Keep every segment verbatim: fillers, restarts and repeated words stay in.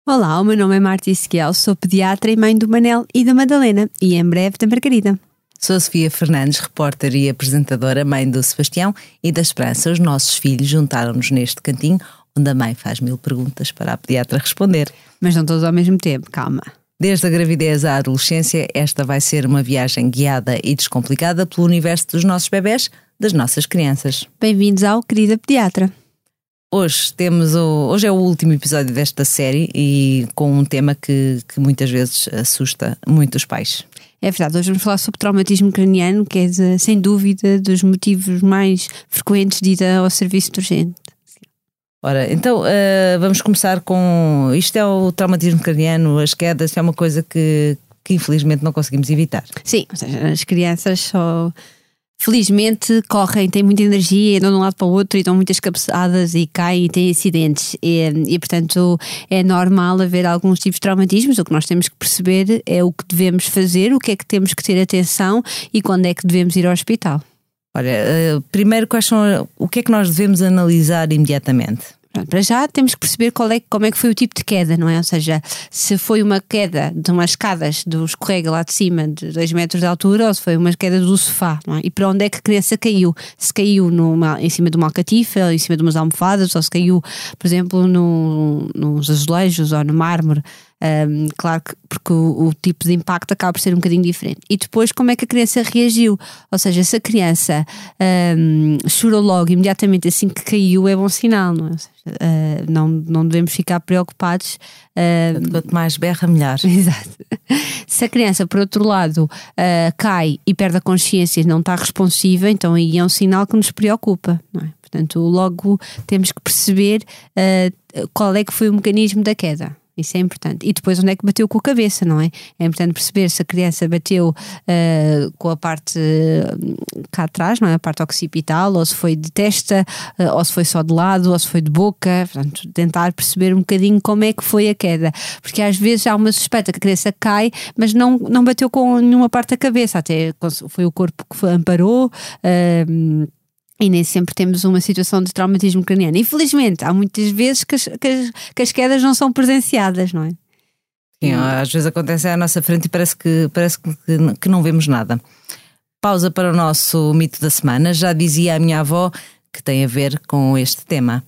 Olá, o meu nome é Marta Ezequiel, sou pediatra e mãe do Manel e da Madalena e em breve da Margarida. Sou a Sofia Fernandes, repórter e apresentadora, mãe do Sebastião e da Esperança. Os nossos filhos juntaram-nos neste cantinho, onde a mãe faz mil perguntas para a pediatra responder. Mas não todos ao mesmo tempo, calma. Desde a gravidez à adolescência, esta vai ser uma viagem guiada e descomplicada pelo universo dos nossos bebés, das nossas crianças. Bem-vindos ao Querida Pediatra. Hoje, temos o, hoje é o último episódio desta série e com um tema que, que muitas vezes assusta muito os pais. É verdade, hoje vamos falar sobre traumatismo craniano, que é de, sem dúvida dos motivos mais frequentes de ida ao serviço de urgente. Ora, então uh, vamos começar com... Isto é o traumatismo craniano, as quedas, é uma coisa que, que infelizmente não conseguimos evitar. Sim, ou seja, as crianças só... Felizmente correm, têm muita energia, andam de um lado para o outro e dão muitas cabeçadas e caem e têm acidentes e, e portanto é normal haver alguns tipos de traumatismos. O que nós temos que perceber é o que devemos fazer, o que é que temos que ter atenção e quando é que devemos ir ao hospital. Olha, primeiro quais são, o que é que nós devemos analisar imediatamente? Para já temos que perceber qual é, como é que foi o tipo de queda, não é? Ou seja, se foi uma queda de umas escadas do escorrega lá de cima de dois metros de altura ou se foi uma queda do sofá, não é? E para onde é que a criança caiu? Se caiu numa, em cima de uma alcatifa, em cima de umas almofadas ou se caiu, por exemplo, no, nos azulejos ou no mármore. Um, claro que porque o, o tipo de impacto acaba por ser um bocadinho diferente. E depois como é que a criança reagiu, ou seja, se a criança um, chorou logo imediatamente assim que caiu, é bom sinal, não é? Ou seja, uh, não, não devemos ficar preocupados. uh, Quanto mais berra, melhor. Exato. Se a criança por outro lado uh, cai e perde a consciência e não está responsiva, então aí é um sinal que nos preocupa, não é? Portanto logo temos que perceber uh, qual é que foi o mecanismo da queda. Isso é importante. E depois onde é que bateu com a cabeça, não é? É importante perceber se a criança bateu uh, com a parte uh, cá atrás, não é? A parte occipital, ou se foi de testa, uh, ou se foi só de lado, ou se foi de boca. Portanto, tentar perceber um bocadinho como é que foi a queda. Porque às vezes há uma suspeita que a criança cai, mas não, não bateu com nenhuma parte da cabeça. Até foi o corpo que foi, amparou. Uh, E nem sempre temos uma situação de traumatismo craniano. Infelizmente, há muitas vezes que as, que as, que as quedas não são presenciadas, não é? Sim, às vezes acontece à nossa frente e parece que, parece que, que não vemos nada. Pausa para o nosso mito da semana. Já dizia a minha avó que tem a ver com este tema.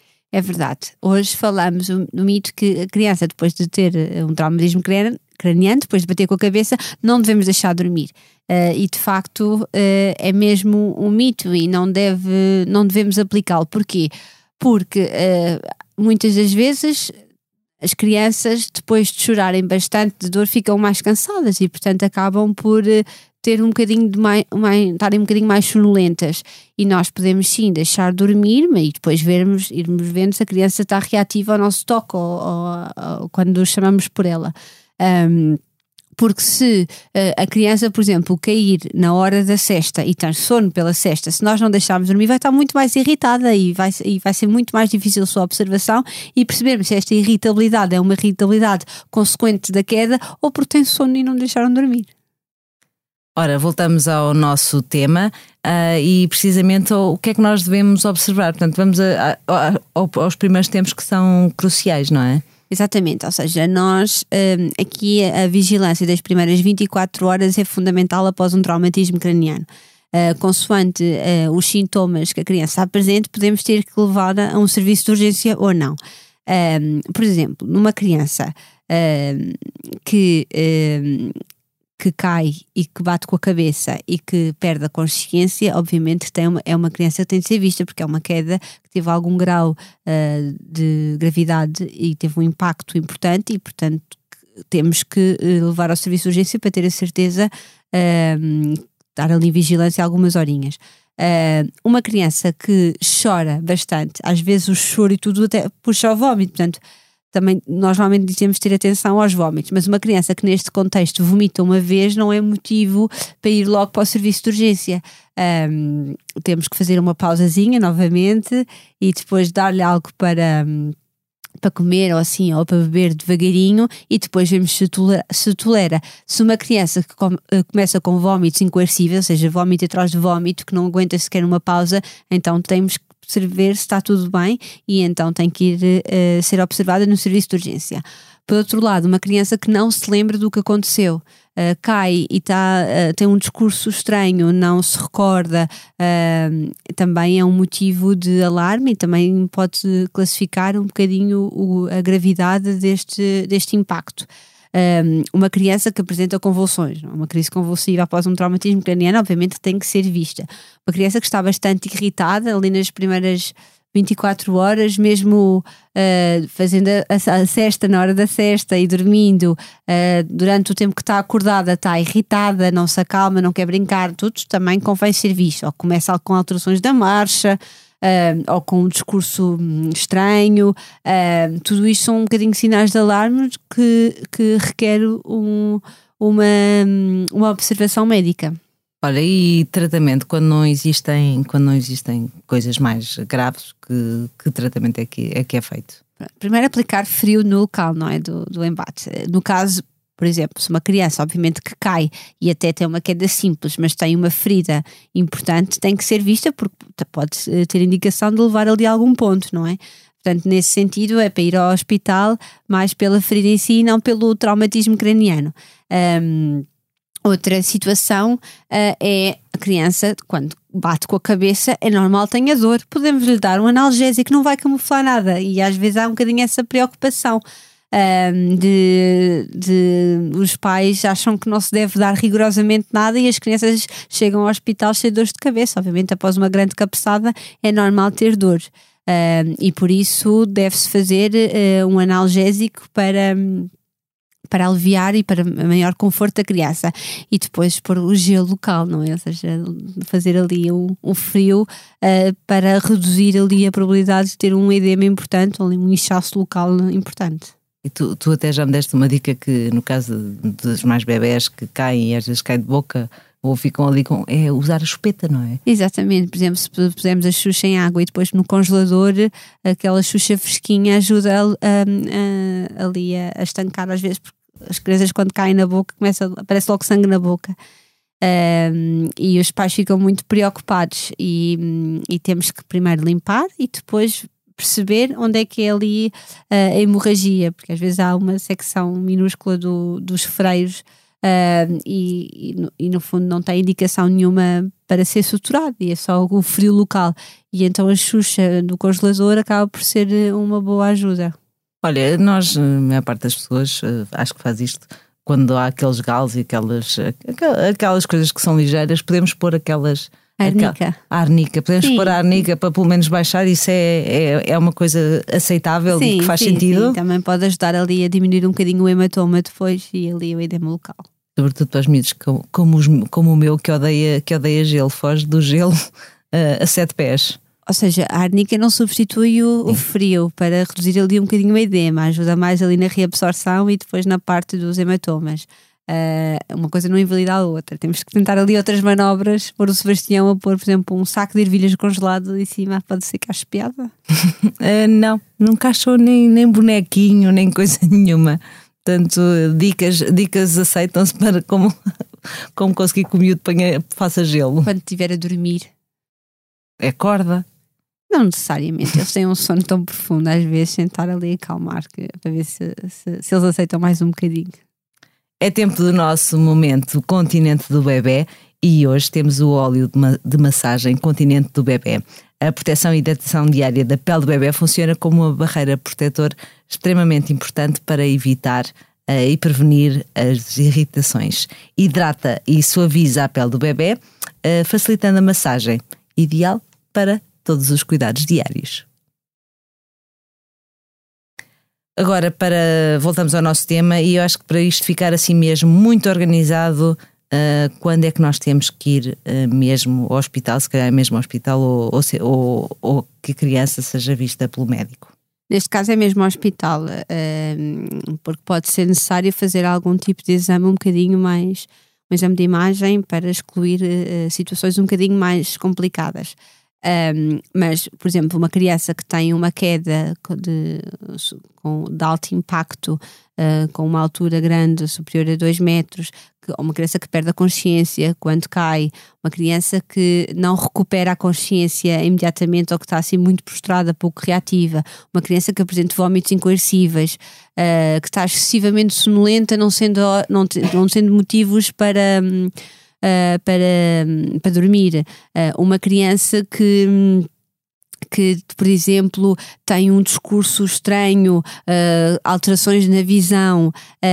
É verdade. Hoje falamos no mito que a criança, depois de ter um traumatismo craniano, depois de bater com a cabeça, não devemos deixar dormir. Uh, e de facto uh, é mesmo um mito e não, deve, não devemos aplicá-lo. Porquê? Porque uh, muitas das vezes as crianças, depois de chorarem bastante de dor, ficam mais cansadas e portanto acabam por uh, ter um bocadinho de mais, mais, estarem um bocadinho mais sonolentas. E nós podemos sim deixar dormir e depois vermos, irmos vendo se a criança está reativa ao nosso toque ou, ou, ou quando chamamos por ela. Um, Porque se uh, a criança, por exemplo, cair na hora da sesta e ter sono pela sesta, se nós não deixarmos dormir, vai estar muito mais irritada e vai, e vai ser muito mais difícil a sua observação e percebermos se esta irritabilidade é uma irritabilidade consequente da queda ou porque tem sono e não deixaram dormir. Ora, voltamos ao nosso tema uh, e precisamente ao, o que é que nós devemos observar. Portanto, vamos a, a, a, aos primeiros tempos que são cruciais, não é? Exatamente, ou seja, nós um, aqui a vigilância das primeiras vinte e quatro horas é fundamental após um traumatismo craniano. Uh, consoante uh, os sintomas que a criança apresente, podemos ter que levar a um serviço de urgência ou não. Um, por exemplo, numa criança um, que... Um, que cai e que bate com a cabeça e que perde a consciência, obviamente tem uma, é uma criança que tem de ser vista, porque é uma queda que teve algum grau uh, de gravidade e teve um impacto importante e, portanto, temos que uh, levar ao serviço de urgência para ter a certeza, uh, dar ali vigilância algumas horinhas. Uh, uma criança que chora bastante, às vezes o choro e tudo até puxa ao vómito, portanto, também nós normalmente dizemos ter atenção aos vómitos, mas uma criança que neste contexto vomita uma vez não é motivo para ir logo para o serviço de urgência. Um, temos que fazer uma pausazinha novamente e depois dar-lhe algo para, para comer ou assim, ou para beber devagarinho e depois vemos se tolera. Se, tolera. Se uma criança que come, começa com vómitos incoercíveis, ou seja, vómito atrás de vómito, que não aguenta sequer uma pausa, então temos que perceber se está tudo bem e então tem que ir uh, ser observada no serviço de urgência. Por outro lado, uma criança que não se lembra do que aconteceu, uh, cai e tá, uh, tem um discurso estranho, não se recorda, uh, também é um motivo de alarme e também pode classificar um bocadinho o, a gravidade deste, deste impacto. Um, uma criança que apresenta convulsões, não? Uma crise convulsiva após um traumatismo craniano, obviamente tem que ser vista. Uma criança que está bastante irritada ali nas primeiras vinte e quatro horas, mesmo uh, fazendo a, a cesta na hora da cesta e dormindo, uh, durante o tempo que está acordada, está irritada, não se acalma, não quer brincar, tudo também convém ser visto. Ou começa com alterações da marcha, uh, ou com um discurso estranho, uh, tudo isto são um bocadinho sinais de alarme que, que requer um, uma, uma observação médica. Olha, e tratamento, quando não existem, quando não existem coisas mais graves, que, que tratamento é que, é que é feito? Primeiro, aplicar frio no local, não é, do, do embate. No caso, por exemplo, se uma criança obviamente que cai e até tem uma queda simples, mas tem uma ferida importante, tem que ser vista porque pode ter indicação de levar ali a algum ponto, não é? Portanto, nesse sentido é para ir ao hospital mais pela ferida em si e não pelo traumatismo craniano. Um, Outra situação uh, é a criança, quando bate com a cabeça, é normal tenha dor. Podemos lhe dar um analgésico, não vai camuflar nada. E às vezes há um bocadinho essa preocupação uh, de, de os pais acham que não se deve dar rigorosamente nada e as crianças chegam ao hospital cheias de dores de cabeça. Obviamente, após uma grande cabeçada, é normal ter dor. Uh, e por isso deve-se fazer uh, um analgésico para... para aliviar e para maior conforto da criança e depois pôr o gelo local, não é? Ou seja, fazer ali um, um frio uh, para reduzir ali a probabilidade de ter um edema importante ou um inchaço local importante. E tu, tu até já me deste uma dica que no caso dos mais bebés que caem e às vezes caem de boca ou ficam ali com... é usar a chupeta, não é? Exatamente, por exemplo, se pusermos a Xuxa em água e depois no congelador, aquela Xuxa fresquinha ajuda a, a, a, ali a, a estancar às vezes, porque as crianças quando caem na boca começa, aparece logo sangue na boca um, e os pais ficam muito preocupados e, e temos que primeiro limpar e depois perceber onde é que é ali uh, a hemorragia, porque às vezes há uma secção minúscula do, dos freios uh, e, e, no, e no fundo não tem indicação nenhuma para ser suturado e é só o frio local e então a Xuxa do congelador acaba por ser uma boa ajuda. Olha, nós, a maior parte das pessoas, acho que faz isto quando há aqueles galos e aquelas, aquelas coisas que são ligeiras, podemos pôr aquelas... Arnica. Aquela, a arnica, podemos sim. pôr a arnica para pelo menos baixar, isso é, é, é uma coisa aceitável sim, e que faz sim, sentido. Sim. Também pode ajudar ali a diminuir um bocadinho o hematoma depois e ali o edema local. Sobretudo para os miúdos como, como, os, como o meu que odeia, que odeia gelo, foge do gelo uh, a sete pés. Ou seja, a arnica não substitui o, o frio para reduzir ali um bocadinho o edema, ajuda mais ali na reabsorção e depois na parte dos hematomas. Uh, uma coisa não invalida a outra. Temos que tentar ali outras manobras, pôr o Sebastião a pôr, por exemplo, um saco de ervilhas congelado em cima, pode ser que ache piada? uh, não, não cachou nem, nem bonequinho, nem coisa nenhuma. Portanto, dicas, dicas aceitam-se para como, como conseguir que o miúdo ponha, faça gelo. Quando estiver a dormir. É corda? Não necessariamente, eles têm um sono tão profundo, às vezes tentar ali acalmar que, para ver se, se, se eles aceitam mais um bocadinho. É tempo do nosso momento Continente do Bebé e hoje temos o óleo de, ma- de massagem Continente do Bebé. A proteção e hidratação diária da pele do bebé funciona como uma barreira protetora extremamente importante para evitar uh, e prevenir as irritações. Hidrata e suaviza a pele do bebé, uh, facilitando a massagem, ideal para todos os cuidados diários. Agora, para voltamos ao nosso tema, e eu acho que para isto ficar assim mesmo muito organizado, uh, quando é que nós temos que ir uh, mesmo ao hospital, se calhar mesmo ao hospital, ou, ou, se, ou, ou que a criança seja vista pelo médico? Neste caso é mesmo ao hospital, uh, porque pode ser necessário fazer algum tipo de exame um bocadinho mais, um exame de imagem para excluir uh, situações um bocadinho mais complicadas. Um, mas, por exemplo, uma criança que tem uma queda de, com, de alto impacto, uh, com uma altura grande, superior a dois metros, que que, uma criança que perde a consciência quando cai, uma criança que não recupera a consciência imediatamente ou que está assim muito prostrada, pouco reativa, uma criança que apresenta vómitos incoercíveis, uh, que está excessivamente sonolenta, não sendo, não, não sendo motivos para, uh, para, para dormir, uh, uma criança que... que, por exemplo, tem um discurso estranho, uh, alterações na visão,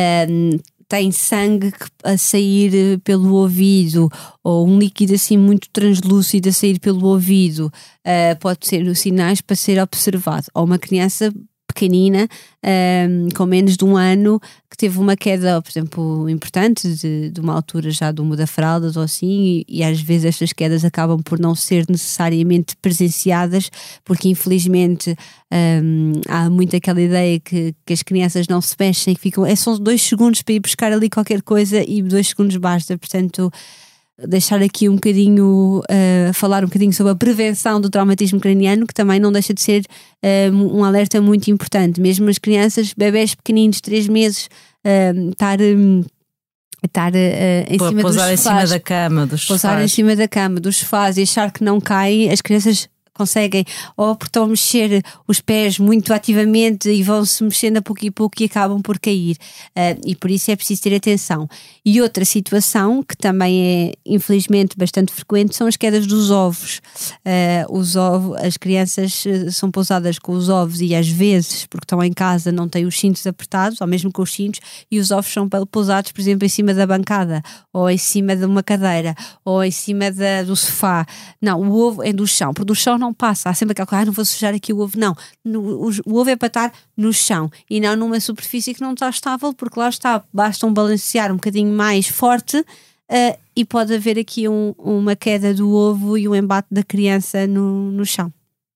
uh, tem sangue a sair pelo ouvido, ou um líquido assim muito translúcido a sair pelo ouvido, uh, pode ser os sinais para ser observado. Ou uma criança pequenina, um, com menos de um ano, que teve uma queda, por exemplo, importante, de, de uma altura já do mundo da fralda ou assim, e, e às vezes estas quedas acabam por não ser necessariamente presenciadas, porque infelizmente um, há muito aquela ideia que, que as crianças não se mexem, que ficam, é só dois segundos para ir buscar ali qualquer coisa e dois segundos basta, portanto deixar aqui um bocadinho, uh, falar um bocadinho sobre a prevenção do traumatismo craniano, que também não deixa de ser uh, um alerta muito importante. Mesmo as crianças, bebés pequeninos, três meses, uh, estar, um, estar uh, em Pô, cima dos sofás, em cima da cama, dos pousar sofás. em cima da cama, dos sofás e achar que não caem, as crianças conseguem, ou porque estão a mexer os pés muito ativamente e vão-se mexendo a pouco e pouco e acabam por cair. Uh, e por isso é preciso ter atenção. E outra situação que também é, infelizmente, bastante frequente são as quedas dos ovos. Uh, os ovos, as crianças são pousadas com os ovos e às vezes, porque estão em casa, não têm os cintos apertados, ou mesmo com os cintos, e os ovos são pousados, por exemplo, em cima da bancada, ou em cima de uma cadeira, ou em cima da, do sofá. Não, o ovo é do chão, porque do chão não passa, há sempre aquela coisa, ah, não vou sujar aqui o ovo, não, no, o, o ovo é para estar no chão e não numa superfície que não está estável, porque lá está, basta um balancear um bocadinho mais forte uh, e pode haver aqui um, uma queda do ovo e um embate da criança no, no chão.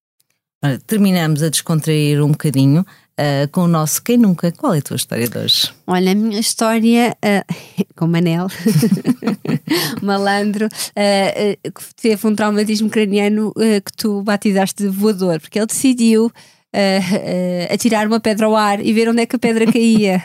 Olha, terminamos a descontrair um bocadinho uh, com o nosso Quem Nunca. Qual é a tua história de hoje? Olha, a minha história uh, com Manel malandro, uh, uh, que teve um traumatismo craniano uh, que tu batizaste de voador, porque ele decidiu uh, uh, atirar uma pedra ao ar e ver onde é que a pedra caía.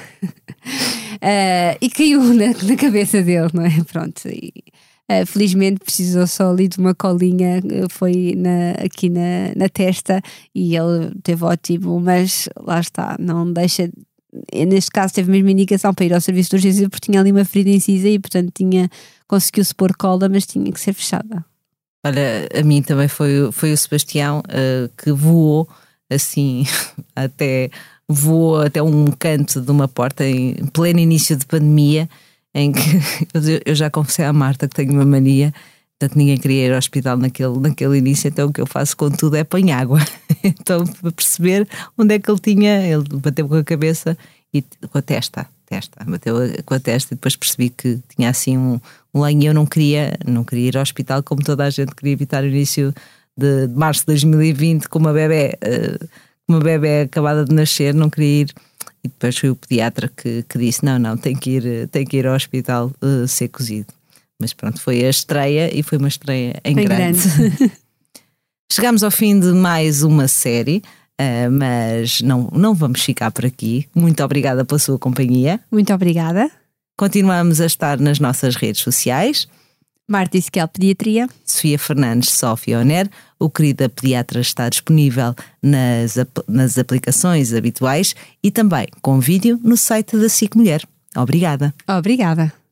uh, e caiu na, na cabeça dele, não é? Pronto, e Uh, felizmente precisou só ali de uma colinha, foi na, aqui na, na testa e ele teve ótimo, mas lá está, não deixa, neste caso teve mesmo indicação para ir ao serviço de urgência porque tinha ali uma ferida incisa e portanto tinha, conseguiu-se pôr cola, mas tinha que ser fechada. Olha, a mim também foi, foi o Sebastião uh, que voou assim até voou até um canto de uma porta em pleno início de pandemia, em que eu já confessei à Marta que tenho uma mania, portanto ninguém queria ir ao hospital naquele, naquele início, então o que eu faço com tudo é põe água. Então para perceber onde é que ele tinha, ele bateu com a cabeça e com a testa, testa bateu com a testa e depois percebi que tinha assim um, um lenho e eu não queria, não queria ir ao hospital como toda a gente queria evitar o início de, de março de dois mil e vinte com uma bebé, uh, uma bebé acabada de nascer, não queria ir. E depois foi o pediatra que, que disse, não, não, tem que ir, tem que ir ao hospital uh, ser cozido. Mas pronto, foi a estreia e foi uma estreia em, em grande. grande. Chegámos ao fim de mais uma série, uh, mas não, não vamos ficar por aqui. Muito obrigada pela sua companhia. Muito obrigada. Continuamos a estar nas nossas redes sociais. Marta Isquel Pediatria. Sofia Fernandes, Sofia Oner. O Querida Pediatra está disponível nas, nas aplicações habituais e também com vídeo no site da S I C Mulher. Obrigada. Obrigada.